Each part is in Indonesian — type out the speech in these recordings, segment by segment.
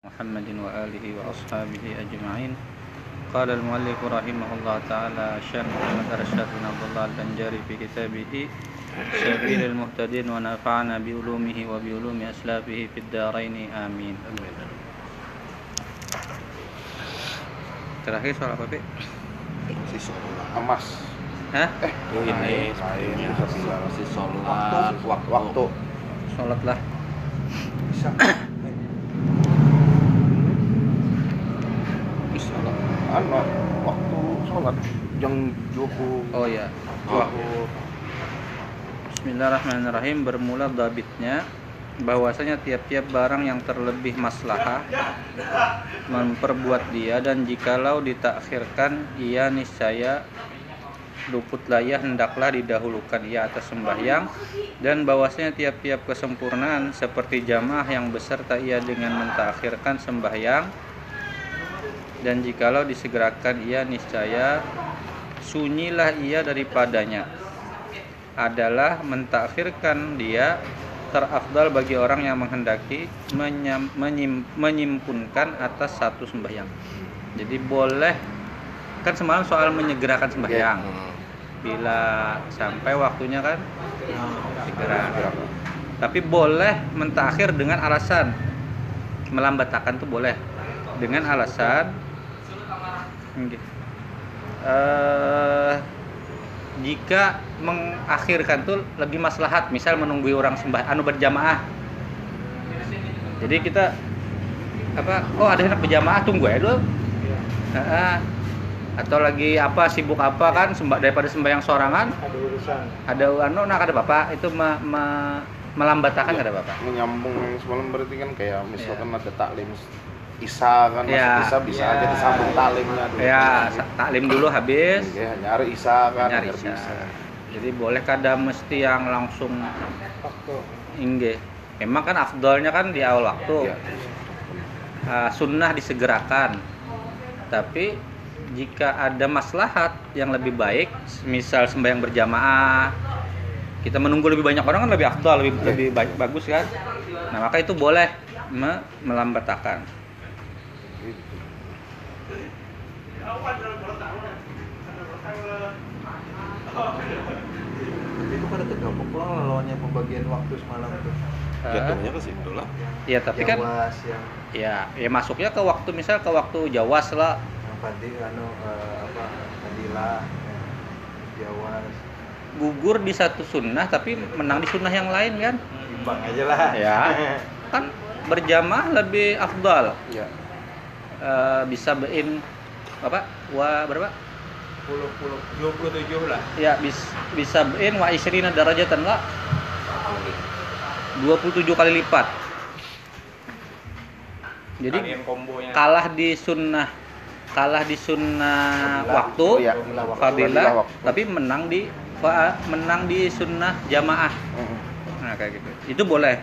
محمد وآله وأصحابه أجمعين. قال المؤلف رحمه الله تعالى شيخ محمد أرشاد بن عبد الله البنجاري في كتابه سبيل المهتدين ونفعنا بعلومه وبعلوم أسلافه في الدارين آمين. Terakhir soal apa, Pak? Emas. Hah? Ini masih sholat waktu. Sholat lah. Bisa. Waktu sholat jam 20. Oh ya. Bismillahirrahmanirrahim. Bermula dhabitnya bahwasanya tiap-tiap barang yang terlebih maslahah memperbuat dia, dan jikalau ditakhirkan ia niscaya luput layah hendaklah didahulukan ia atas sembahyang, dan bahwasanya tiap-tiap kesempurnaan seperti jamaah yang beserta ia dengan mentakhirkan sembahyang, dan jikalau disegerakan ia niscaya sunyilah ia daripadanya, adalah mentakhirkan dia terafdal bagi orang yang menghendaki menyimpunkan atas satu sembahyang. Jadi boleh, kan semalam soal menyegerakan sembahyang, bila sampai waktunya kan segera. Tapi boleh mentakhir dengan alasan melambatakan tuh boleh dengan alasan jika mengakhirkan tuh lebih maslahat, misal menunggu orang berjamaah. Jadi kita ada anak berjamaah, tunggu ya dulu. Atau lagi sibuk kan daripada sembahyang sorangan. Ada urusan. Ada bapak itu melambatakan ada bapak. Menyambung yang semalam berarti kan kayak misalkan ada taklim Isa kan, Isa bisa aja disambung taklimnya dulu. Taklim dulu habis. Nyari Isa kan. Nyari Isa. Jadi boleh kada mesti yang langsung waktu. Inge. Memang kan afdolnya kan di awal waktu. Sunnah disegerakan. Tapi jika ada maslahat yang lebih baik, misal sembahyang berjamaah, kita menunggu lebih banyak orang kan lebih afdol, lebih bagus kan. Nah, maka itu boleh melambatakan. Itu kan tergabung pulang lawannya pembagian waktu semalam itu. Jatuhnya ke situ lah. Iya, tapi Jawas, kan ya masuknya ke waktu, misal ke waktu Jawas lah. Fadilah, Jawas. Gugur di satu sunnah tapi menang di sunnah yang lain kan? Imbang aja lah. Ya. Kan berjamaah lebih afdal. Iya. Bisa bein berapa? 27 lah. Ya, bisa bein wa isrina darajatan lah. 27 kali lipat. Jadi kalah di sunnah waktu, fadilah, tapi menang di sunnah jamaah. Nah, kayak gitu. Itu boleh.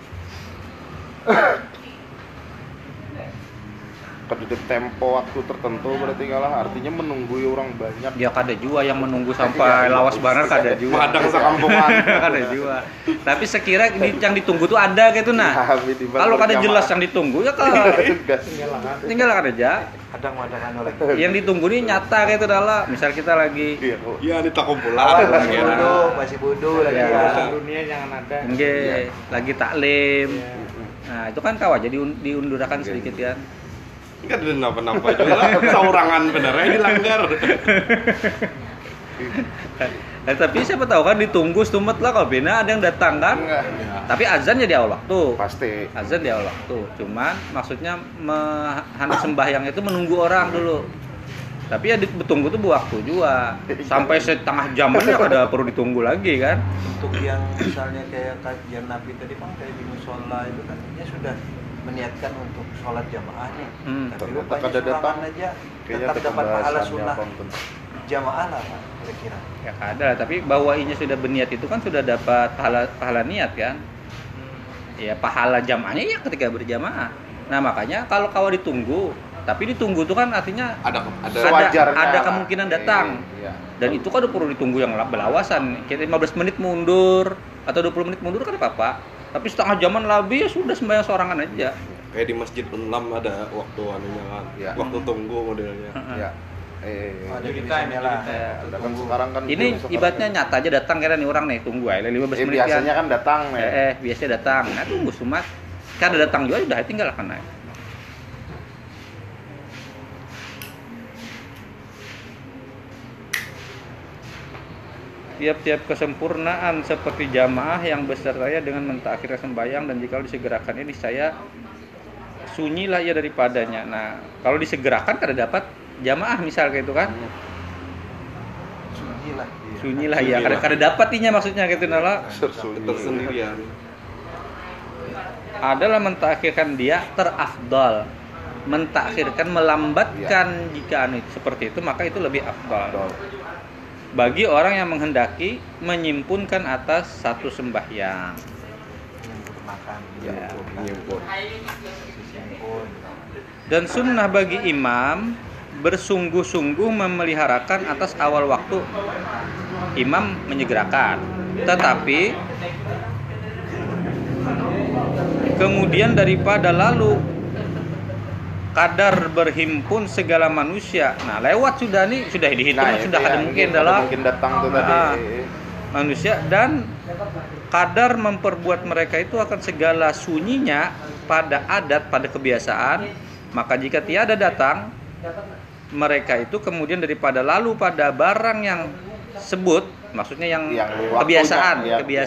Di tempo waktu tertentu berarti kalah, artinya menunggu orang banyak. Ya kada juga yang menunggu sampai lawas banar, kada juga. Padang sekampungan. Kada juga. Tapi sekira yang ditunggu tuh ada gitu nah. Kalau kada jelas yang ditunggu ya tinggal aja. Kadang lagi. Yang ditunggu nih nyata gitu adalah misal kita lagi di takumpulan masih bodoh lagi urusan dunia jangan ada. Lagi taklim. Nah, itu kan jadi diundurkan sedikit kan. Enggak ada napa-napa juga lah, saurangan benernya dilanggar. Tapi siapa tahu kan ditunggu setumet lah, kalau bina ada yang datang kan. Tapi azan ya di awal waktu. Pasti. Azan di awal waktu. Cuman maksudnya sembahyang itu menunggu orang dulu. Tapi ya ditunggu tuh waktu juga. Sampai setengah jaman ya kada perlu ditunggu lagi kan. Untuk yang misalnya kayak kajian Nabi tadi kan kayak di musola itu kan dia sudah meniatkan untuk sholat jamaahnya, tapi rupanya sorangan aja tetap dapat pahala sunnah jamaah lah kira-kira. Ya ada, tapi bawainya sudah berniat itu kan sudah dapat pahala niat kan. Ya pahala jamaahnya ya ketika berjamaah. Nah makanya kalau ditunggu, tapi ditunggu itu kan artinya ada kemungkinan datang. Dan itu kan udah perlu ditunggu yang belawasan. Kira 15 menit mundur atau 20 menit mundur kan apa-apa. Tapi setengah jaman lebih ya sudah sembahyang sorangan aja. Kayak di Masjid 6 ada waktu anunya kan. Ya. Waktu tunggu modelnya. Ya. Ada tulisannya lah. Ada kan sekarang kan Ini ibaratnya nyata aja datang kira nih orang nih tunggu aja 15 menit biasanya kan datang nih. Biasanya datang. Nah tunggu sumat. Kan ada datang juga udah tinggal akan naik. Tiap-tiap kesempurnaan seperti jamaah yang besertanya dengan mentakhirkan sembahyang dan jika disegerakan ini saya sunyilah ia daripadanya. Nah, kalau disegerakan kada dapat jamaah misal kayak itu kan. Sunyilah ya. Kada dapat inya maksudnya gitu nala. Tersendirian. Adalah mentakhirkan dia terafdal. Mentakhirkan melambatkan jika seperti itu maka itu lebih afdal. Bagi orang yang menghendaki menyimpunkan atas satu sembahyang. Dan sunnah bagi imam bersungguh-sungguh memeliharakan atas awal waktu. Imam menyegerakan, tetapi kemudian daripada lalu kadar berhimpun segala manusia. Nah, lewat sudah nih, sudah dihitung, sudah ada mungkin dalam mungkin datang tuh tadi manusia dan kadar memperbuat mereka itu akan segala sunyinya pada adat, pada kebiasaan. Maka jika tiada datang mereka itu kemudian daripada lalu pada barang yang sebut, maksudnya yang kebiasaan,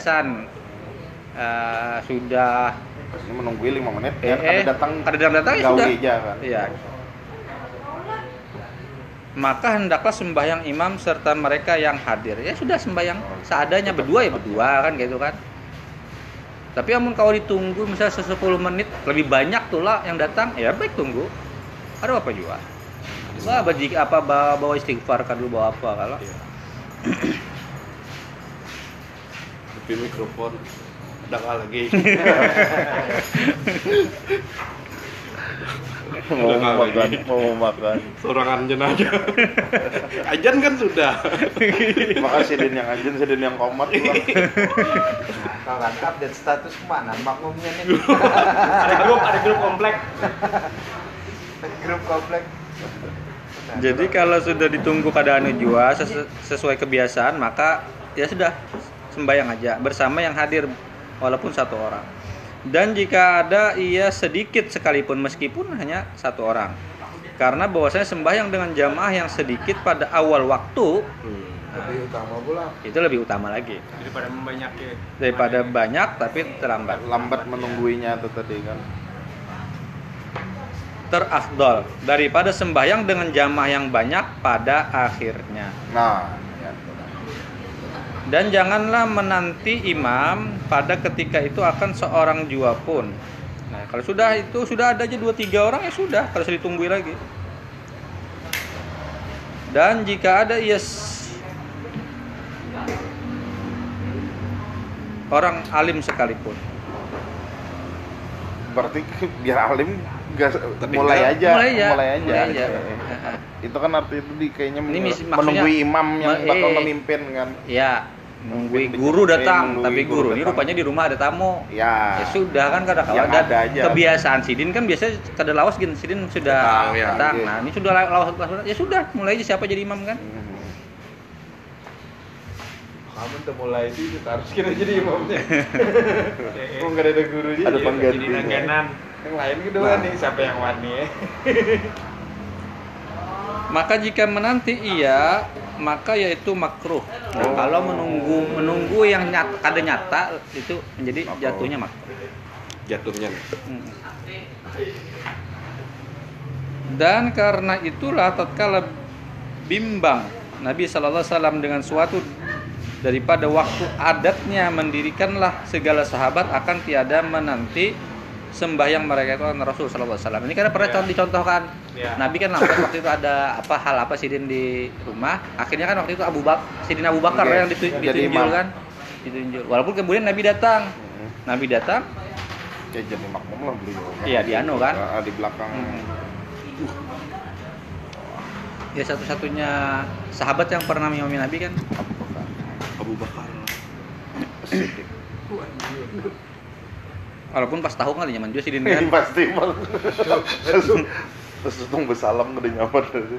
sudah ini menunggu 5 menit kan ada datang ya sudah kan? Iya. Maka hendaklah sembahyang imam serta mereka yang hadir. Ya sudah sembahyang seadanya, berdua kan gitu kan. Tapi amun kalau ditunggu misalnya 10 menit lebih banyak tuh lah yang datang, ya baik tunggu. Ada apa juga? Bawa istighfar kan dulu, bawa apa kalau? Tapi mikrofon udah lagi. mau makan sorangan jenazah. Ajan kan sudah. Makasih Din yang ajan, Din yang komat. Kawan update status kemana makmumnya nih? ada grup komplek. Grup komplek. Jadi kalau sudah ditunggu keadaan jua sesuai kebiasaan maka ya sudah sembahyang aja bersama yang hadir walaupun satu orang. Dan jika ada ia sedikit sekalipun meskipun hanya satu orang. Karena bahwasanya sembahyang dengan jamaah yang sedikit pada awal waktu lebih utama pula. Itu lebih utama lagi daripada banyak tapi lambat menungguinya itu tadi kan. Terafdal daripada sembahyang dengan jamaah yang banyak pada akhirnya. Nah, dan janganlah menanti imam pada ketika itu akan seorang jua pun. Nah, kalau sudah ada aja 2-3 orang ya sudah, kalau sudah ditunggu lagi. Dan jika ada orang alim sekalipun. Berarti biar alim mulai aja. Itu kan arti itu kayaknya menunggu imam yang bakal memimpin kan. Iya, nunggu guru datang, tapi guru ini rupanya di rumah ada tamu. Ya Sudah kan kadang-kadang ada kebiasaan sidin kan biasanya kada lawas gin sidin sudah datang. Nah, ini sudah lawas ya sudah, mulai aja siapa jadi imam kan. Kamu tuh mulai itu harus kita jadi imamnya. Kok enggak ada gurunya? Ada pengganti. Yang lain kedua nih siapa yang wani ya. Maka jika menanti iya, maka yaitu makruh. Nah, kalau menunggu yang kada nyata itu menjadi jatuhnya makruh. Jatuhnya. Dan karena itulah tatkala bimbang Nabi sallallahu alaihi wasallam dengan suatu daripada waktu adatnya mendirikanlah segala sahabat akan tiada menanti sembahyang mereka itu kan Rasul sallallahu alaihi wasallam. Ini kan pernah dicontohkan. Nabi kan lambat waktu itu ada hal apa sidin di rumah. Akhirnya kan waktu itu Sidin Abu Bakar yang ditunjuk kan. Ditunjuk. Walaupun kemudian Nabi datang. Ya jadi makmum lah beliau. Iya, di kan. Di belakang. Ya satu-satunya sahabat yang pernah mengimami Nabi kan Abu Bakar. Walaupun pas tahu kali nyaman juga sih din kan. Pasti mal. Terus tung bersalam gede nyaman.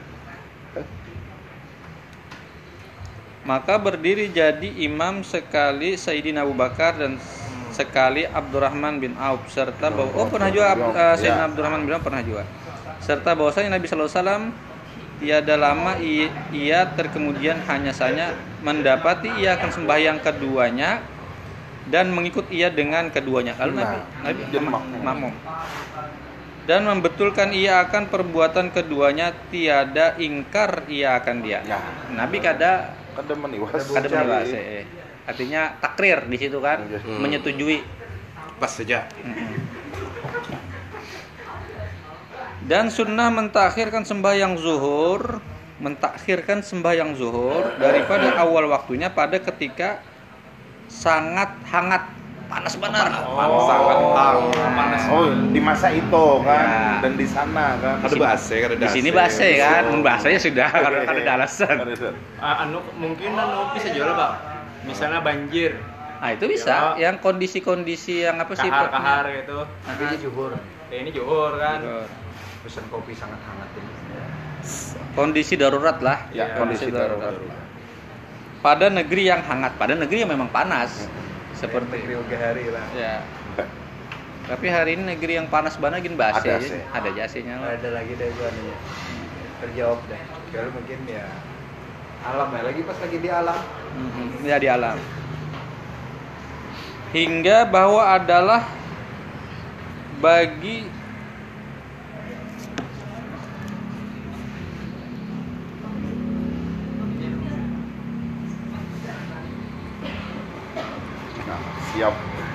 Maka berdiri jadi imam sekali Sayyidina Abu Bakar dan sekali Abdurrahman bin Auf serta pernah juga Sayyidina Abdurrahman bin Auf pernah juga. Serta bahwasanya Nabi sallallahu alaihi wasallam tiada lama ia terkemudian hanya saja mendapati ia akan sembahyang keduanya dan mengikut ia dengan keduanya. Lalu Nabi jadi makmum. Dan membetulkan ia akan perbuatan keduanya, tiada ingkar ia akan dia. Ya. Nabi kada meniwas. Artinya takrir di situ kan, menyetujui. Pas saja. Dan sunnah mentakhirkan sembahyang zuhur daripada awal waktunya pada ketika sangat hangat, panas benar. Sangat panas. Oh, di masa itu kan, dan di sana kan. Ada bahasa, di sini bahasa kan, bahasanya sudah karena ada alasan. Mungkin bisa jual Pak. Misalnya banjir. Nah itu bisa, yang kondisi-kondisi yang apa sih? Kahar gitu. Ini juhur. Ini juhur kan. Pesan kopi sangat hangat ini. Kondisi darurat lah. Ya, kondisi darurat. Pada negeri yang hangat, pada negeri yang memang panas. Seperti negeri hari lah. Ya. Tapi hari ini negeri yang panas banget gini bahasa aja. Ada jasinya lah. Ada lagi deh gua nih. Terjawab deh. Kalau mungkin ya alam ya, lagi pas lagi di alam. Ya di alam. Hingga bahwa adalah bagi siap.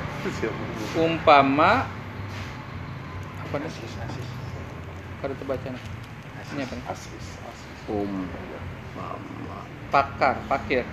Umpama apa nih? Kada terbaca nih. Ini apa nih? Pakir.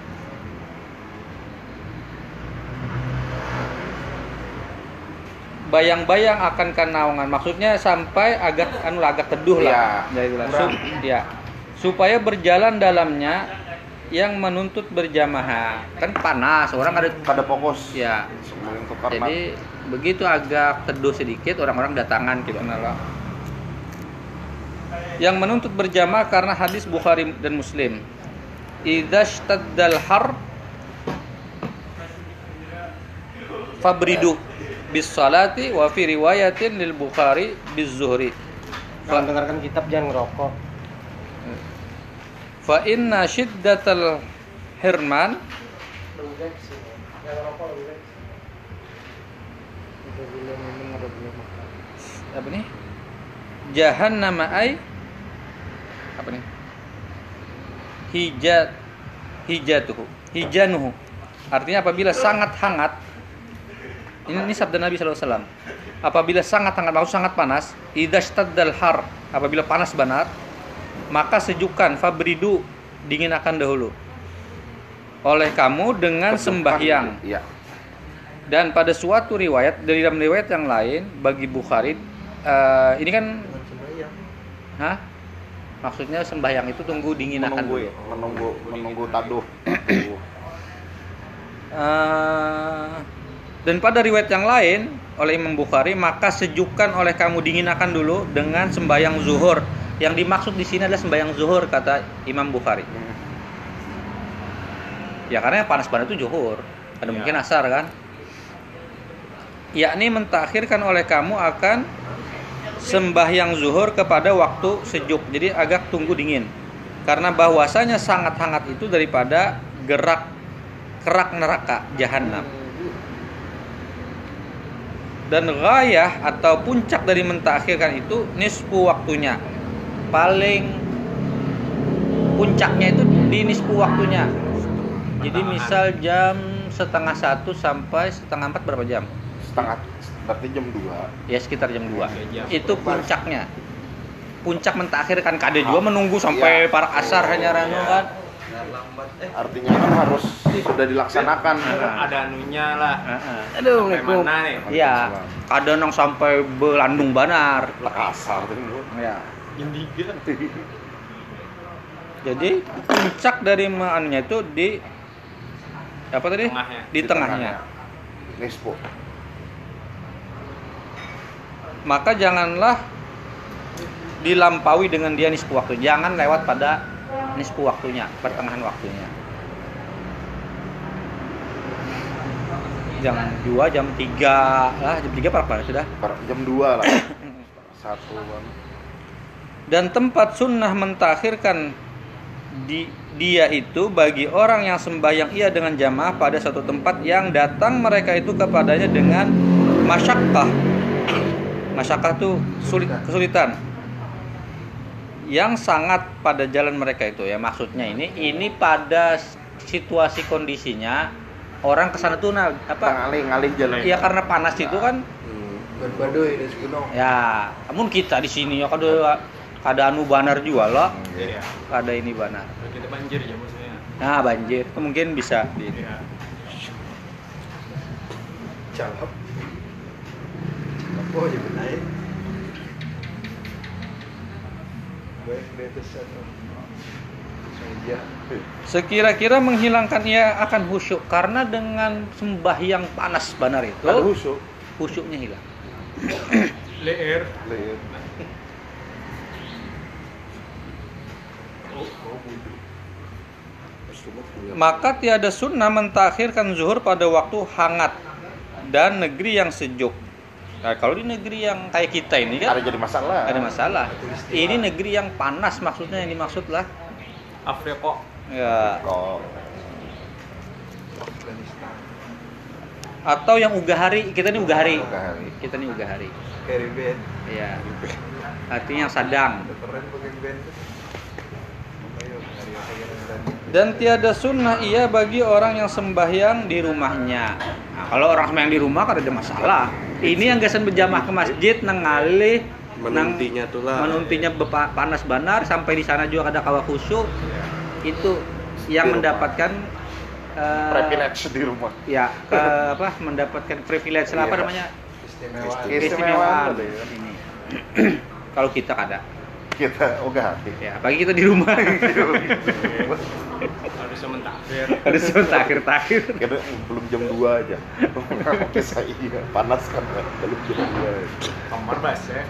Bayang-bayang akan kanaungan. Maksudnya sampai agak teduh lah. Supaya berjalan dalamnya yang menuntut berjamaah. Kan panas, orang ada fokus. Ya. Jadi begitu agak teduh sedikit orang-orang datangan gitu nala. Yang menuntut berjamaah karena hadis Bukhari dan Muslim. Idza shtaddal har fabridu bis salati wa fi riwayatin lil Bukhari biz zuhri. Kalau dengarkan kitab jangan ngerokok. Fa inna shiddatal hirman apa nih? Jahannama ay apa nih? Hijanuhu. Artinya apabila sangat hangat. Ini sabda Nabi sallallahu alaihi wasallam. Apabila sangat hangat, maksud sangat panas, idzastaddal har, apabila panas benar, maka sejukan fabridu, dingin akan dahulu oleh kamu dengan sembahyang. Iya. Dan pada suatu riwayat, dari dalam riwayat yang lain bagi Bukhari, ini kan maksudnya sembahyang itu tunggu dingin akan dulu. Menunggu taduh. Dan pada riwayat yang lain oleh Imam Bukhari, maka sejukan oleh kamu dingin akan dulu dengan sembahyang zuhur. Yang dimaksud di sini adalah sembahyang zuhur kata Imam Bukhari. Ya karena yang panas banget itu zuhur. Ada mungkin asar kan? Yakni mentakhirkan oleh kamu akan sembahyang zuhur kepada waktu sejuk. Jadi agak tunggu dingin. Karena bahwasanya sangat hangat itu daripada kerak neraka jahanam. Dan ghayah atau puncak dari mentakhirkan itu nisfu waktunya. Paling puncaknya itu di nisfu waktunya. Jadi misal jam 12:30 sampai 3:30 berapa jam? Berarti jam 2. Ya sekitar jam 2. Itu puncaknya. Puncak mentakhirkan, kade juga menunggu sampai para asar hanya rano kan. Artinya kan harus sudah dilaksanakan. Ada anunya lah. Aduh, mana nih? Iya. Ada nang sampai belandung banar. Asar tuh. Ya. Indiga. Jadi puncak dari anunya itu di apa tadi? Tengahnya. Di tengahnya. Nisfu. maka janganlah dilampaui dengan dia nisfu waktu. Jangan lewat pada nisfu waktunya, pertengahan waktunya. Jangan 2 jam 3 lah, jam 3 parah sudah. Jam 2 lah. 1-an. Dan tempat sunnah mentakhirkan dia itu bagi orang yang sembahyang ia dengan jamaah pada suatu tempat yang datang mereka itu kepadanya dengan masyakkah. Masyakkah itu kesulitan. Yang sangat pada jalan mereka itu ya, maksudnya ini pada situasi kondisinya orang kesana tuh ngalih jalan. Ya karena panas itu kan berbadoy di gunung. ya, namun kita di sini ya kada anu banar juga lah. Iya. Kada ini banar. Kita banjir ya maksudnya. Nah, banjir itu mungkin bisa Iya. Calap. Apa aja benaik. Baik di atas sana. Meja. Sekira-kira menghilangkan ia akan khusyuk karena dengan sembahyang panas banar itu Ada khusyuknya hilang. Leer. Maka tiada sunnah mentakhirkan zuhur pada waktu hangat dan negeri yang sejuk. Nah, kalau di negeri yang kayak kita ini kan ada jadi masalah. ada masalah. Ini negeri yang panas maksudnya, yang dimaksud lah. Afrika. Ya. Kok Atau yang ugahari, kita ini ugahari. Ugahari. Kita ini ugahari. Caribbean. Iya. Artinya yang sedang. Keren pakai band. Dan tiada sunnah ia bagi orang yang sembahyang di rumahnya. Nah, kalau orang sembahyang di rumah kan ada masalah. Ini yang gasan berjamaah ke masjid nengalih Menuntinya tuh lah. menuntinya panas banar sampai di sana juga ada kawa khusyuk. Itu yang mendapatkan privilege di rumah. ya mendapatkan privilege lah, apa namanya? Istimewaan. Ini. Kalau kita kada. Kita hati. Ya, pagi kita di rumah. Harus mentakhir. Harus takhir. Kita belum jam 2 aja. Oke, saya panas kan, belum jam 2. Kamar bas ya.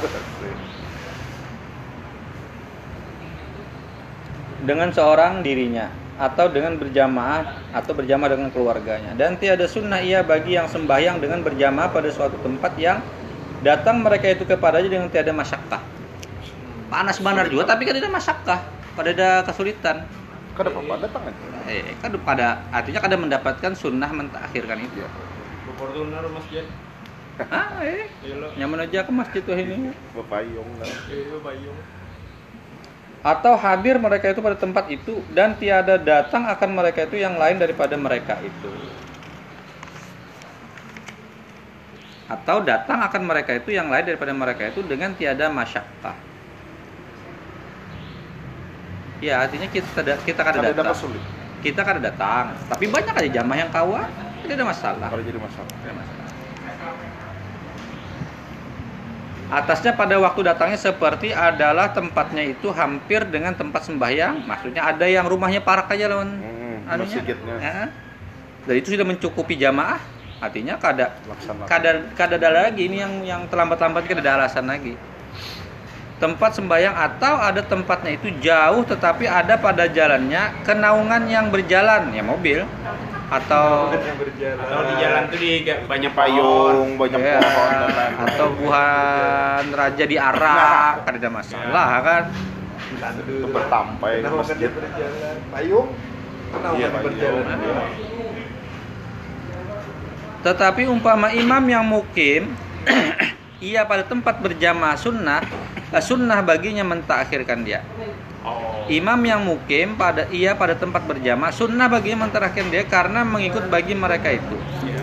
Dengan seorang dirinya atau dengan berjamaah atau berjamaah dengan keluarganya. Dan tiada sunnah ia bagi yang sembahyang dengan berjamaah pada suatu tempat yang datang mereka itu kepadanya dengan tiada masyakkah. Panas banar juga tapi kan ada masyakkah, pada ada kesulitan. Kada apa-apa datang aja. Kan artinya kada mendapatkan sunnah mentakhirkan itu. Fortuner masjid. Iya lo. Nyaman aja ke masjid tuh ini. Bepayung lah. Iya bayung. Atau hadir mereka itu pada tempat itu dan tiada datang akan mereka itu yang lain daripada mereka itu. Atau datang akan mereka itu yang lain daripada mereka itu dengan tiada masyakkah. Ya, artinya kita kada datang. Kita kada datang, tapi banyak aja jamaah yang kawa, tidak ada masalah. Kalau jadi masalah. Atasnya pada waktu datangnya seperti adalah tempatnya itu hampir dengan tempat sembahyang. Maksudnya ada yang rumahnya parak aja lawan anunya. Ya. Dan itu sudah mencukupi jamaah. Artinya kada ada lagi ini yang terlambat-lambat kada ada alasan lagi. Tempat sembahyang atau ada tempatnya itu jauh tetapi ada pada jalannya kenaungan yang berjalan, ya mobil atau di jalan tuh banyak payung, banyak pohon dan lain-lain. atau buhan raja di arak, kada ada masalah kan. Itu bertampai ke masjid. Payung. Iya, berjalan. Tetapi umpama imam yang mukim ia pada tempat berjamaah sunnah baginya mentakhirkan dia. Imam yang mukim pada tempat berjamaah sunnah baginya mentakhirkan dia karena mengikut bagi mereka itu.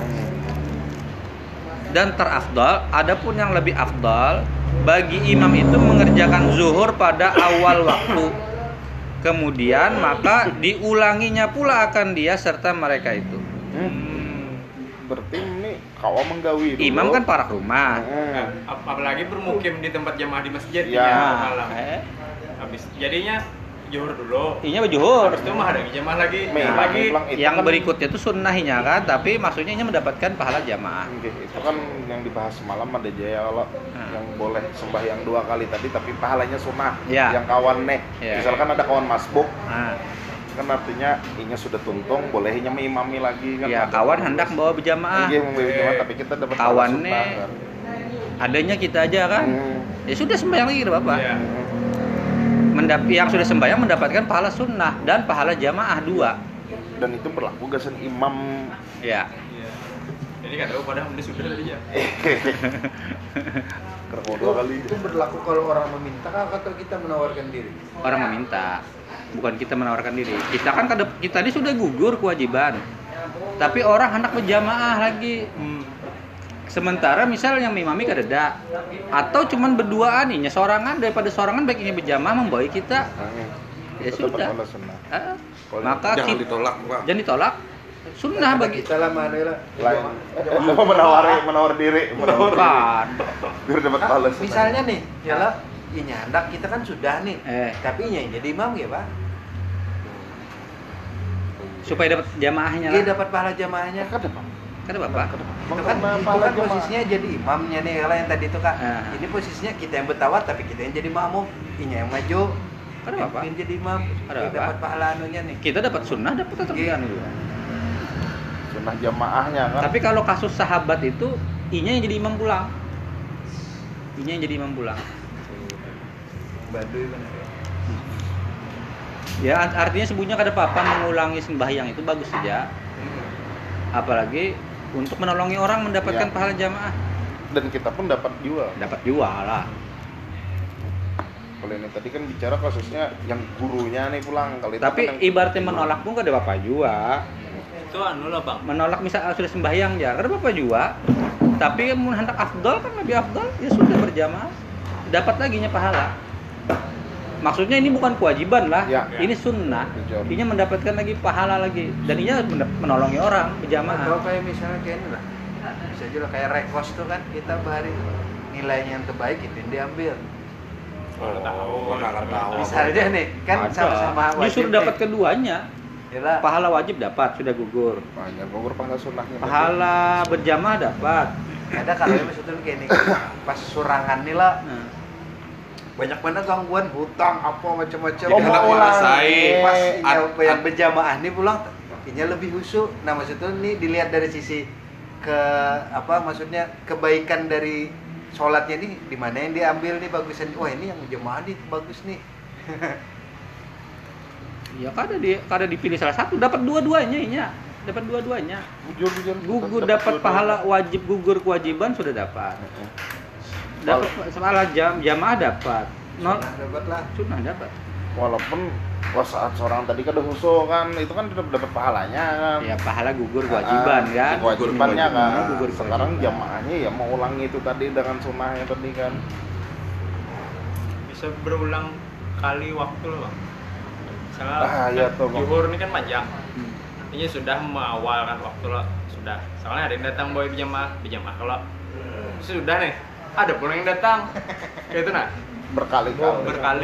Dan terafdal, adapun yang lebih afdal bagi imam itu mengerjakan zuhur pada awal waktu. Kemudian maka diulanginya pula akan dia serta mereka itu. Berarti ini kau menggawi dulu. Imam kan parak rumah. Apalagi bermukim di tempat jamaah di masjid ya. Malam. Habis jadinya Zuhur dulu. Inya zuhur. Habis itu mah ada jamaah lagi. lagi. Yang kan berikutnya itu sunnahnya kan, tapi maksudnya ini mendapatkan pahala jamaah. Itu kan yang dibahas semalam ada Jaya kalau yang boleh sembahyang 2 kali tadi tapi pahalanya sunnah. Yang kawan nih. Misalkan ada kawan masbuk. Kan artinya inya sudah tuntung, bolehnya mengimami lagi kan. Ya, kawan hendak bawa berjamaah. Iya, membawa berjamaah tapi kita dapat kawannya kan. Adanya kita aja kan. Ya sudah sembahyang lagi enggak apa-apa. Yang sudah sembahyang mendapatkan pahala sunnah dan pahala jamaah 2. Dan itu berlaku gasan imam. Ya. Jadi kan tahu padahal udah sudah tadi ya. Kedua kali. Itu berlaku kalau orang meminta atau kita menawarkan diri? Orang meminta, bukan kita menawarkan diri. Kita kan kita ini sudah gugur kewajiban. Tapi orang hendak berjamaah lagi. Sementara misal yang mimami kadeda atau cuman berduaan nih, sorangan daripada sorangan baik ini berjamaah membawa kita. Ya sudah. Maka jangan ditolak, Pak. Jangan ditolak. Sunnah bagi kita lah mana lain. menawar diri, bukan. Biar dapat pahala. Misalnya nih, yalah inya hendak kita kan sudah nih. Tapi inya jadi imam ya, Pak. Supaya dapat jamaahnya lah. Iya, dapat pahala jamaahnya. Kada Bapak. Itu kan posisinya jadi imamnya nih kalau yang tadi itu Kak. Ini posisinya kita yang bertawat tapi kita yang jadi makmum, inya yang maju. Kada Bapak. Yang jadi imam. Dapat pahala anunya nih. Kita dapat sunnah, dapat tetap anu. Sunnah jamaahnya kan. Tapi kalau kasus sahabat itu inya yang jadi imam pulang. Inya yang jadi imam pulang. Baduy benar ya. Ya artinya sebenarnya kada apa-apa mengulangi sembahyang itu bagus saja. Apalagi untuk menolongi orang mendapatkan pahala jamaah. Dan kita pun dapat juga. Dapat juga lah. Kalau ini tadi kan bicara kasusnya yang gurunya nih pulang. Tapi kan ibaratnya menolak pun kada apa-apa juga. Itu anu lah, Bang. Menolak misal sudah sembahyang ya, kada apa-apa juga. Tapi mun hendak afdal kan lebih afdal, ya sudah berjamaah. Dapat laginya pahala. Maksudnya ini bukan kewajiban lah, ini sunnah. Ini mendapatkan lagi pahala lagi, dan ini menolongi orang berjamaah. Atau kayak misalnya kayak ini lah, bisa juga kayak rekos tuh kan kita bahari nilainya yang terbaik itu yang diambil. Tahu. Misalnya nih kan sama-sama wajib. Justru dapat keduanya. Yalah. Pahala wajib dapat, sudah gugur. Banyak gugur pahala sunnahnya. Pahala berjamaah dapat. Ada kalau maksudnya kayak ini pas surangan nih lah. Banyak banget gangguan hutang apa macam-macam. Selesai. Pas yang berjamaah nih pulang ini lebih khusyuk. Nah maksudnya nih dilihat dari sisi maksudnya kebaikan dari sholatnya nih di mana yang diambil nih bagusan. Wah ini yang berjamaah nih bagus nih. Ya kada dipilih salah satu, dapat dua-duanya dapat dua-duanya. Gugur dapat pahala wajib, gugur kewajiban sudah dapat. Dapat pahala jamaah dapat. Dapat lah. Sunnah dapat. Walaupun saat seorang tadi kada khusyuk kan, itu kan dapat pahalanya kan. Ya pahala gugur kewajiban kan. Kewajibannya kan. Gugur sekarang jamaahnya ya mau ulangi itu tadi dengan sunnahnya tadi kan. Bisa berulang kali waktu loh, Bang. Misalnya zuhur ini kan panjang. Ini sudah mengawalkan waktu lo sudah. Soalnya ada yang datang bawa berjamaah kalau sudah nih ada pula yang datang. Kayak itu nah. Berkali.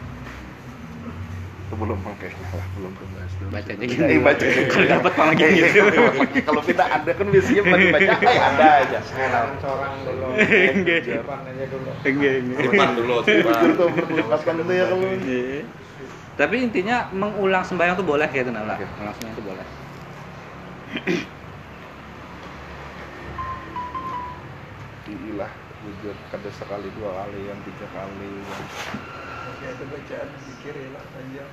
Itu belum makanya lah, belum kebahas dulu. Baca aja gitu. Baca. Kalau dapat panggilan gitu. Kalau kita ada kan biasanya baca ada aja. Seorang dulu. Depan aja dulu. Enggak. Depan dulu. Lepaskan dulu ya kalau. Tapi intinya mengulang sembahyang itu boleh gitu nala. Mengulang sembahyang itu boleh. Ilah wujud kada sekali, 2 kali, yang 3 kali. Oke, itu bacaan zikir ya panjang.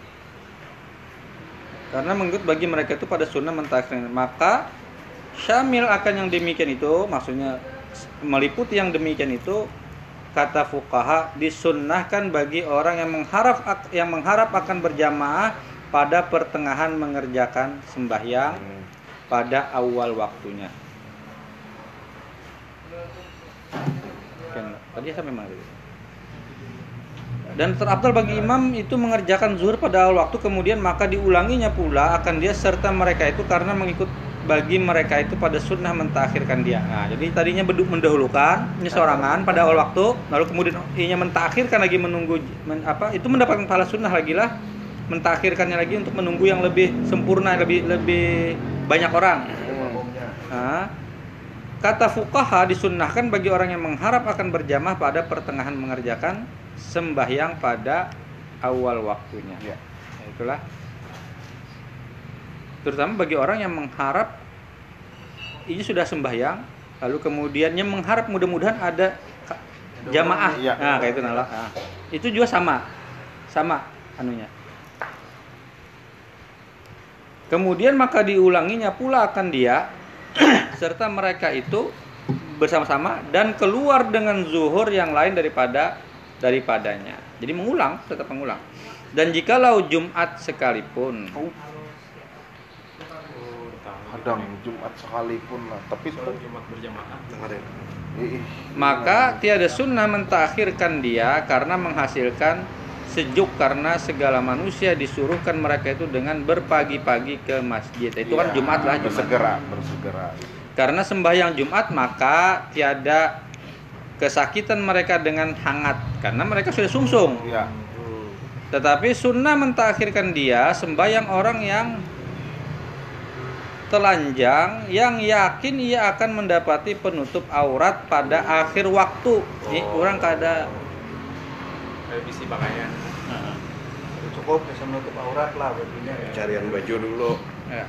Karena menurut bagi mereka itu pada sunnah mentakhir, maka syamil akan yang demikian itu, maksudnya meliputi yang demikian itu, kata fuqaha disunnahkan bagi orang yang mengharap akan berjamaah pada pertengahan mengerjakan sembahyang pada awal waktunya. Tadi sampai mana tadi? Dan terafdal bagi imam itu mengerjakan zuhur pada awal waktu, kemudian maka diulanginya pula akan dia serta mereka itu karena mengikut bagi mereka itu pada sunnah mentakhirkan dia. Nah, jadi tadinya mendahulukan sorangan pada awal waktu, lalu kemudian ianya mentakhirkan lagi menunggu itu mendapatkan pahala sunnah lagi lah, mentakhirkannya lagi untuk menunggu yang lebih sempurna, lebih banyak orang. Nah, kata fuqaha disunnahkan bagi orang yang mengharap akan berjamaah pada pertengahan mengerjakan sembahyang pada awal waktunya. Ya. Itulah. Terutama bagi orang yang mengharap ini sudah sembahyang, lalu kemudiannya mengharap mudah-mudahan ada jamaah. Ya. Nah, kayak itu nah. Itu juga sama anunya. Kemudian maka diulanginya pula akan dia serta mereka itu bersama-sama dan keluar dengan zuhur yang lain daripadanya. Jadi tetap mengulang. Dan jikalau Jumat sekalipun, kadang Jumat sekalipun lah, tapi Jumat berjamaah maka tiada sunnah mentakhirkan dia karena menghasilkan sejuk, karena segala manusia disuruhkan mereka itu dengan berpagi-pagi ke masjid. Itu kan Jumat lah, bersegera. Karena sembahyang Jumat maka tiada kesakitan mereka dengan hangat karena mereka sudah sungsung. Ya. Tetapi sunnah mentakhirkan dia sembahyang orang yang telanjang yang yakin ia akan mendapati penutup aurat pada akhir waktu. Ini orang kada revisi pakaian. Cukup bisa menutup aurat lah bajunya. Carian baju dulu. Ya.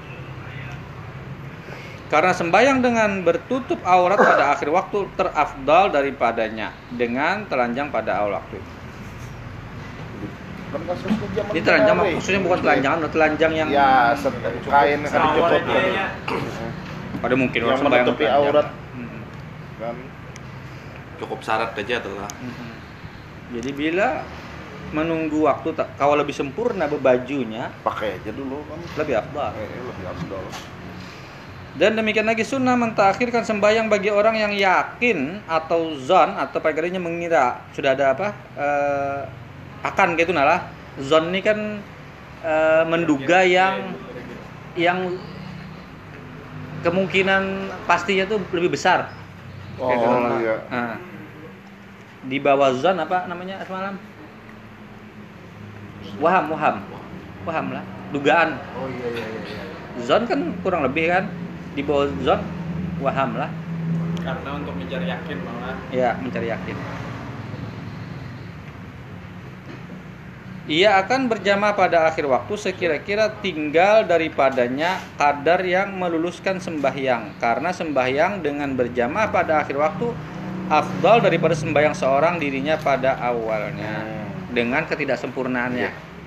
Karena sembahyang dengan bertutup aurat pada akhir waktu terafdal daripadanya dengan telanjang pada awal waktu. Ini telanjang maksudnya bukan telanjang yang kain kan cukup pada mungkin yang menutupi aurat kan cukup syarat aja tuh lah. Jadi bila menunggu waktu kalau lebih sempurna bajunya pakai aja dulu kan lebih afdal. Lebih afdal. Dan demikian lagi sunnah mentakhirkan sembahyang bagi orang yang yakin atau zon atau pagarnya mengira sudah ada akan gitu nalah. Zon ini kan menduga yang kemungkinan pastinya tuh lebih besar. Gitu iya. Nah, di bawah zon apa namanya semalam? Waham lah, dugaan. Oh iya. Zon kan kurang lebih kan di bawah zon waham lah. Karena untuk mencari yakin bahwa mencari yakin. Ia akan berjamaah pada akhir waktu sekira-kira tinggal daripadanya kadar yang meluluskan sembahyang. Karena sembahyang dengan berjamaah pada akhir waktu afdal daripada sembahyang seorang dirinya pada awalnya dengan ketidaksempurnaannya.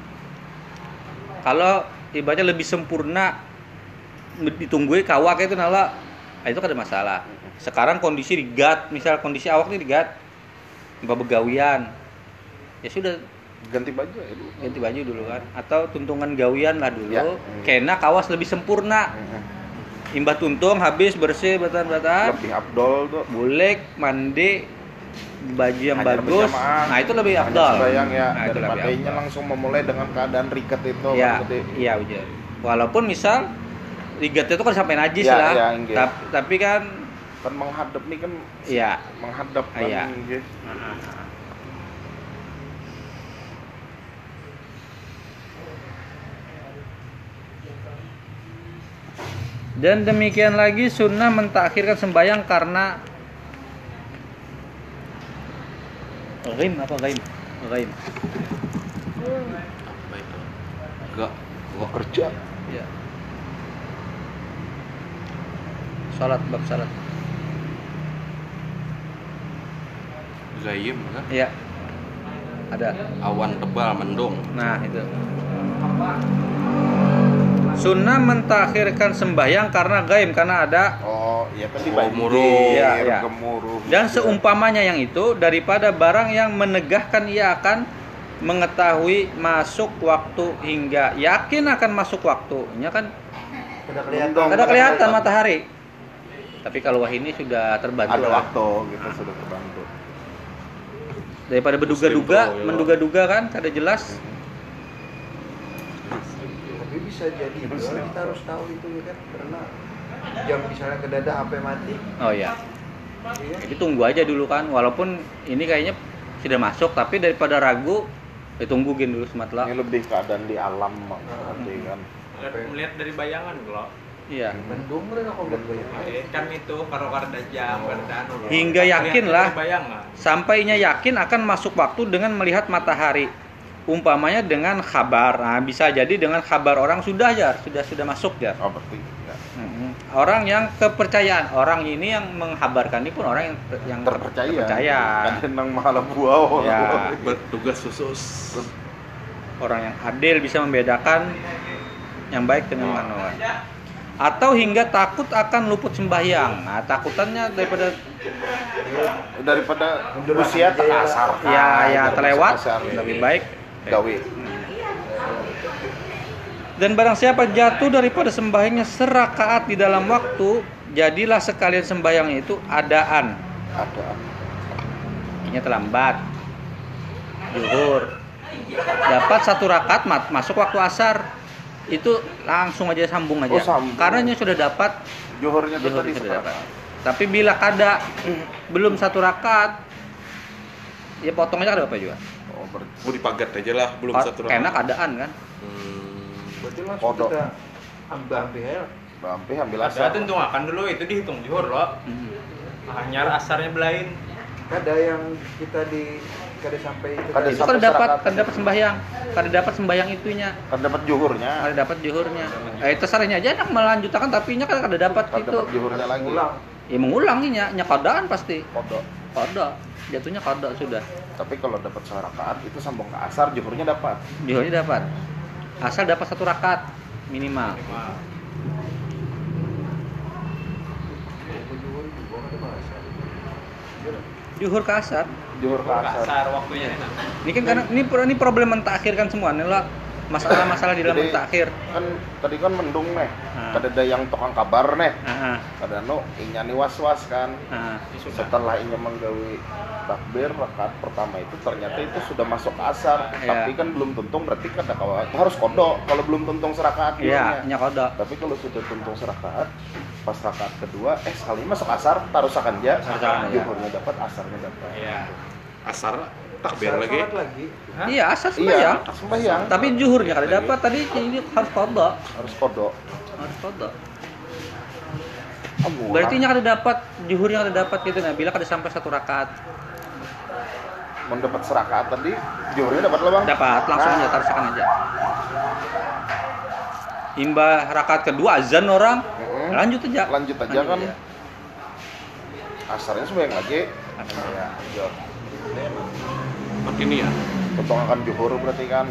Kalau ibaratnya lebih sempurna ditungguin kawak itu nala, itu kan ada masalah. Sekarang kondisi digat, misal kondisi awak ini digat, begawian, ya sudah ganti baju ya dulu. Ganti baju dulu kan, atau tuntungan gawian lah dulu. Ya. Kena kawas lebih sempurna. Imbah tuntung habis bersih batan-batan. Lebih afdol tuh. Boleh mandi baju yang bagus. Nah itu lebih afdol. Sembayang ya. Nah, itu lebih afdol. Langsung memulai dengan keadaan riket itu. Iya ujar. Walaupun misal rigetnya itu kan sampai najis lah. Ya, tapi kan menghadap nih kan. Iya. Menghadap kan. Iya. Dan demikian lagi sunnah mentakhirkan sembahyang karena ghaim. Apa itu? Gak kerja. Ya. Bab salat. Ghaim kan? Iya. Ada. Awan tebal mendung. Nah, itu. Sunnah mentakhirkan sembahyang karena gaib, karena ada kan gemuruh. Dan seumpamanya yang itu daripada barang yang menegahkan ia akan mengetahui masuk waktu hingga yakin akan masuk waktunya kan kada kelihatan matahari. Tapi kalau wah ini sudah terbantu ada waktu gitu, sudah terbantu. Daripada menduga-duga kan kada jelas. bisa jadi kita harus tahu itu ya kan, karena jam misalnya kedadak HP mati. Oh iya. Jadi tunggu aja dulu kan, walaupun ini kayaknya sudah masuk, tapi daripada ragu, tungguin dulu sematlah. Ini lebih keadaan di alam nanti kan. Melihat dari bayangan kalau. Iya. Mendung kan aku lihat bayangan. Kan itu kalau karena jam dan hingga yakin lah. Sampainya yakin akan masuk waktu dengan melihat matahari. Umpamanya dengan kabar. Nah, bisa jadi dengan kabar orang sudah masuk ya. Oh, berarti ya. Orang yang kepercayaan, orang ini yang menghabarkan ini pun orang yang terpercaya. Kan nang mahala buah. Ya. Bertugas khusus. Orang yang adil bisa membedakan yang baik dengan manual. Atau hingga takut akan luput sembahyang. Nah, takutannya daripada usia terasar. Ya terlewat, lebih baik gawe. Dan barang siapa jatuh daripada sembahyangnya serakaat di dalam waktu, jadilah sekalian sembahyang itu adaan. Ini terlambat. Zuhur. Dapat 1 rakaat masuk waktu asar. Itu langsung aja sambung aja. Karena ini sudah dapat Zuhurnya sudah dapat. Tapi bila kada belum 1 rakaat, ya potong aja kada apa juga. Mau dipagat aja lah, belum 1 rakaat. Enak adaan kan. Berarti langsung kita ambil asar. Tentu akan dulu itu dihitung zuhur loh. Hanya asarnya belain. Kada yang kita kada sampai itu. Itu kan dapat sembahyang. Kada dapat sembahyang itunya. Kada dapat zuhurnya. Itu salahnya aja yang melanjutkan tapi nya kada dapat itu. Dapat zuhurnya lagi. Ya mengulanginya, kadaan pasti. Kodok. Jatuhnya kodok sudah. Tapi kalau dapat 1 rakaat itu sambung ke asar, zuhurnya dapat. Asal dapat 1 rakaat minimal. Zuhur ke asar. Waktunya. Ini kan karena ini problem mentakhirkan semua nih lah. Masalah-masalah di dalam mentakhir. Kan tadi kan mendung nih. Kada ada yang tukang kabar nih. Kada inya nih was-was kan. Setelah inya menggawe takbir rakaat pertama itu ternyata itu sudah masuk asar. Tapi kan belum tuntung, berarti kada harus kodok kalau belum tuntung serakaat. Iya, nya kodok. Tapi kalau sudah tuntung serakaat, pas rakaat kedua sekali masuk asar, tarusakan aja. Zuhurnya dapat, asarnya dapat. Iya. Asar takbir lagi. Iya, asar sembahyang. Sembahyang. Tapi zuhurnya kada dapat. Tadi ini harus kodok. Harus kodok. Berarti nya kada dapat, zuhurnya kada dapat gitu. Nah, bila kada sampai 1 rakaat. Mendapat serakaat tadi, zuhurnya dapat lah bang? Dapat, langsung aja, tarusakan aja. Imbah rakaat kedua azan orang, lanjut aja kan. Aja. Asarnya sembahyang lagi. Ya. Ini ya. Potong akan zuhur berarti kan.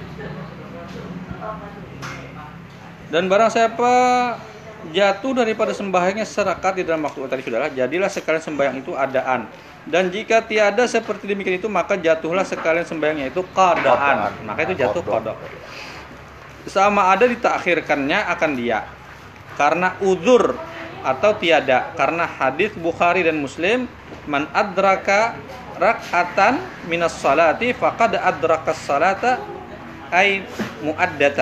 Dan barang siapa jatuh daripada sembahyangnya serakaat di dalam waktu tadi sudahlah, jadilah sekalian sembahyang itu adaan. Dan jika tiada seperti demikian itu, maka jatuhlah sekalian sembahyangnya itu qadaan. Maka itu jatuh qada. Sama ada ditakhirkannya akan dia karena uzur atau tiada, karena hadis Bukhari dan Muslim, man adraka rak'atan minas salati faqad adraka salata ay muaddatan.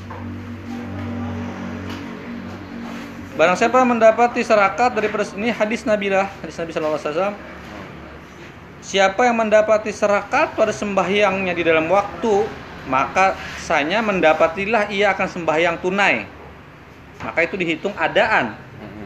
Barang siapa mendapati serakaat daripada ini hadis Nabi sallallahu alaihi wasallam. Siapa yang mendapati serakaat pada sembahyangnya di dalam waktu, maka sanya mendapatilah ia akan sembahyang tunai. Maka itu dihitung adaan.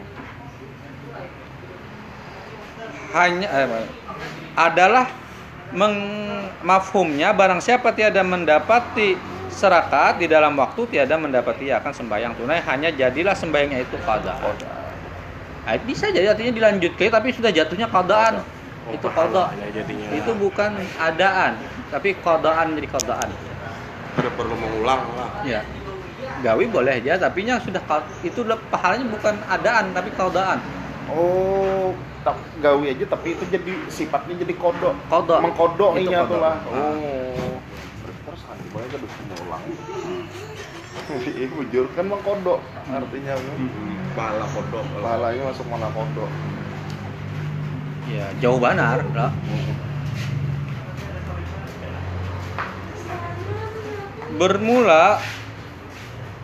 Adalah mafhumnya barang siapa tiada mendapati serakaat di dalam waktu, tiada mendapati ia akan sembahyang tunai, hanya jadilah sembahyangnya itu qada. Bisa jadi artinya dilanjutkan tapi sudah jatuhnya qadaan. Itu qada. Itu bukan adaan, tapi qadaan, jadi qadaan. Tidak perlu mengulang lah. Ya. Gawi boleh aja, tapi nya sudah itu pahalanya bukan adaan tapi qadaan. Oh, gawi aja tapi itu jadi sifatnya jadi kodok. Mengkodok inya tuh lah. Oh. Terus kan boleh kedus mengulang. Ini bujur kan mengkodok artinya. Pahala kodok. Pahalanya masuk mana kodok. Ya, jauh benar lah.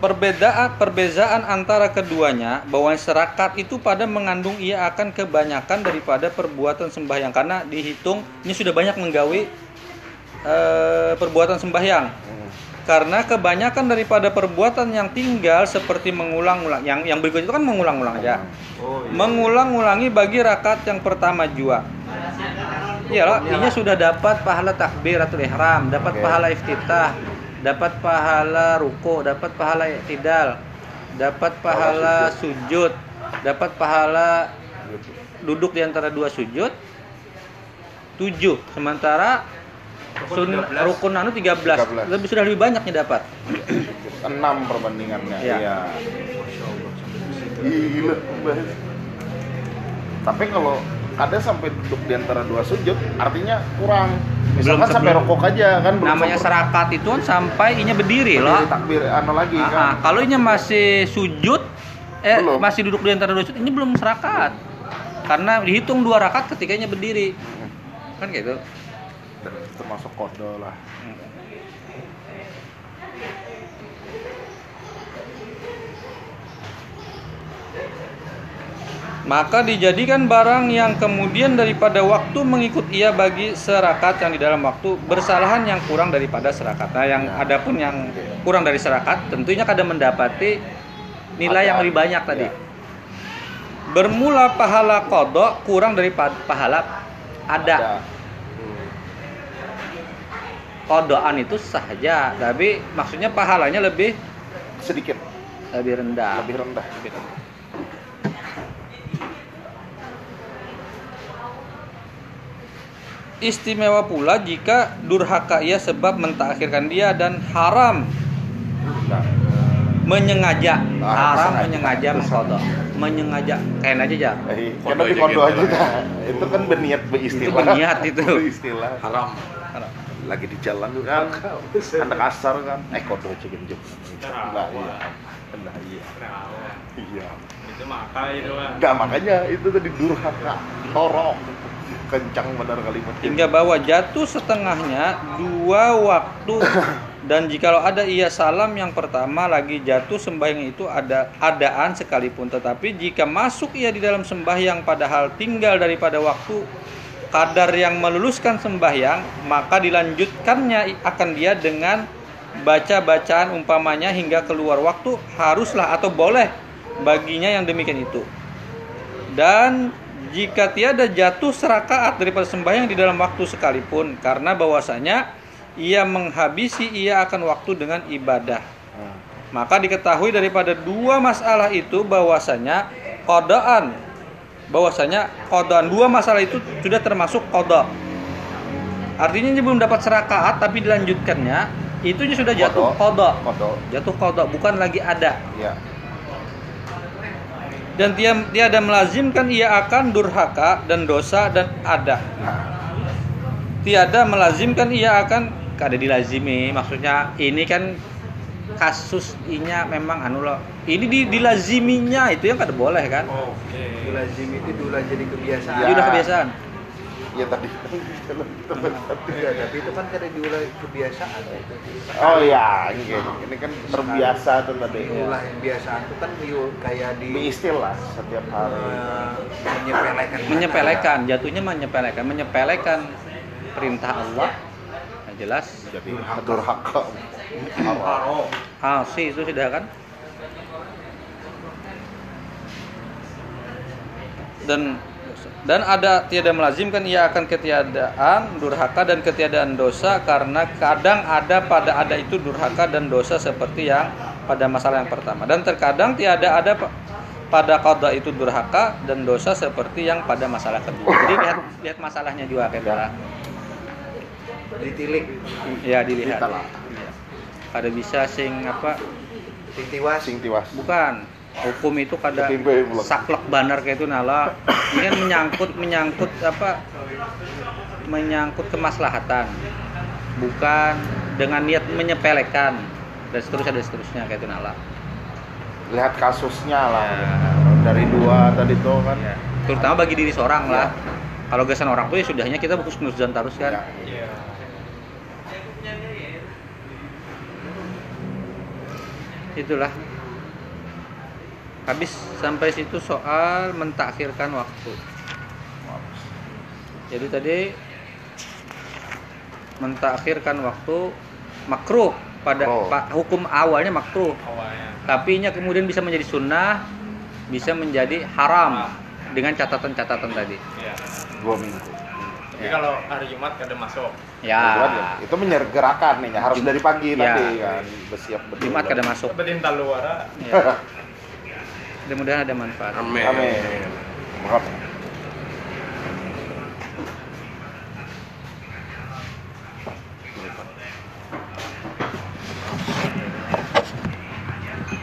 Perbezaan antara keduanya bahwa serakat itu pada mengandung ia akan kebanyakan daripada perbuatan sembahyang, karena dihitung ini sudah banyak menggawe perbuatan sembahyang. Karena kebanyakan daripada perbuatan yang tinggal seperti mengulang-ulang, yang berikut itu kan mengulang-ulang aja. Mengulang-ulangi bagi rakaat yang pertama jua. Iyalah, ini sudah dapat pahala takbiratul ihram, dapat pahala iftitah, dapat pahala ruku, dapat pahala i'tidal, dapat pahala sujud, dapat pahala duduk di antara dua sujud 7. Sementara rukun 13. Sudah lebih banyaknya dapat. 6 perbandingannya. Iya. Gila. Tapi kalau ada sampai duduk di antara dua sujud, artinya kurang. Misalkan sampai rokok aja kan. Namanya serakat itu kan sampai inya berdiri loh. Takbir lagi kan. Kalau inya masih sujud, masih duduk di antara dua sujud, ini belum serakat. Karena dihitung 2 rakaat ketika inya berdiri. Kan gitu. Termasuk kodo lah. Maka dijadikan barang yang kemudian daripada waktu mengikut ia bagi serakat yang di dalam waktu, bersalahan yang kurang daripada serakat. Nah, yang adapun yang kurang dari serakat tentunya kadang mendapati nilai yang lebih banyak tadi. Bermula pahala qada kurang dari pahala ada. Qadaan itu saja, tapi maksudnya pahalanya lebih sedikit, lebih rendah. Istimewa pula jika durhaka ia sebab mentakhirkan dia dan haram menyengaja, mengqadha. Menyengaja kayak aja ya. Karena di kodo aja itu kan berniat beristilah. Itu berniat itu. Istilah haram. Lagi di jalan kan, anak asar kan, kodo cikin juk. Iya. Itu maka itu kan. Enggak, makanya itu tadi durhaka, torok. Kencang benar kalimatnya. Hingga bahwa jatuh setengahnya 2 waktu dan jikalau ada ia salam yang pertama lagi jatuh sembahyang itu ada adaan sekalipun, tetapi jika masuk ia di dalam sembahyang padahal tinggal daripada waktu kadar yang meluluskan sembahyang, maka dilanjutkannya akan dia dengan baca-bacaan umpamanya hingga keluar waktu, haruslah atau boleh baginya yang demikian itu. Dan jika tiada jatuh serakaat daripada sembahyang di dalam waktu sekalipun, karena bahwasanya ia menghabisi ia akan waktu dengan ibadah. Maka diketahui daripada 2 masalah itu bahwasanya qadaan 2 masalah itu sudah termasuk qada. Artinya dia belum dapat serakaat tapi dilanjutkannya, itu sudah jatuh qada. Jatuh qada, bukan lagi ada. Iya. Dan tiada melazimkan ia akan durhaka dan dosa dan ada. Tiada melazimkan ia akan kada dilazimi. Maksudnya ini kan kasus inya memang ini dilaziminya itu yang kada boleh kan. Dilazimi itu dulu jadi kebiasaan. Ya. Udah kebiasaan. Iya tadi. Tapi itu kan kada diulah kebiasaan itu. Oh iya, ini kan terbiasa tuh tadi. Diulah yang biasaan itu kan kayak di istilah setiap hari. Menyepelekan, jatuhnya menyepelekan perintah Allah. Nah, jelas. Jadi durhaka. Sih itu sudah kan. Dan ada tiada melazimkan ia akan ketiadaan durhaka dan ketiadaan dosa, karena kadang ada pada ada itu durhaka dan dosa seperti yang pada masalah yang pertama, dan terkadang tiada ada pada qada itu durhaka dan dosa seperti yang pada masalah kedua. Jadi lihat masalahnya juga kayak ditilik. Ya, dilihat. Ada bisa sing sing tiwas. Bukan. Hukum itu kada saklek banar kayak itu nala. Ini kan menyangkut kemaslahatan. Bukan dengan niat menyepelekan dan seterusnya kayak itu nala. Lihat kasusnya lah. Dari 2 tadi tuh kan. Ya. Terutama bagi diri seorang lah. Kalau gesan orang tuh ya sudahnya kita fokus nuzan terus kan. itulah. Habis sampai situ soal mentakhirkan waktu. Jadi tadi mentakhirkan waktu makruh pada hukum awalnya makruh. Tapi nya kemudian bisa menjadi sunnah, bisa menjadi haram dengan catatan-catatan tadi. Iya. 2 minggu. Jadi kalau hari Jumat kada masuk. Ya. Itu menyegerakan nih, harus dari pagi tadi kan bersiap betul. Jumat kada masuk. Betinta luar. Ya. Mudah-mudahan ada manfaat. Amin.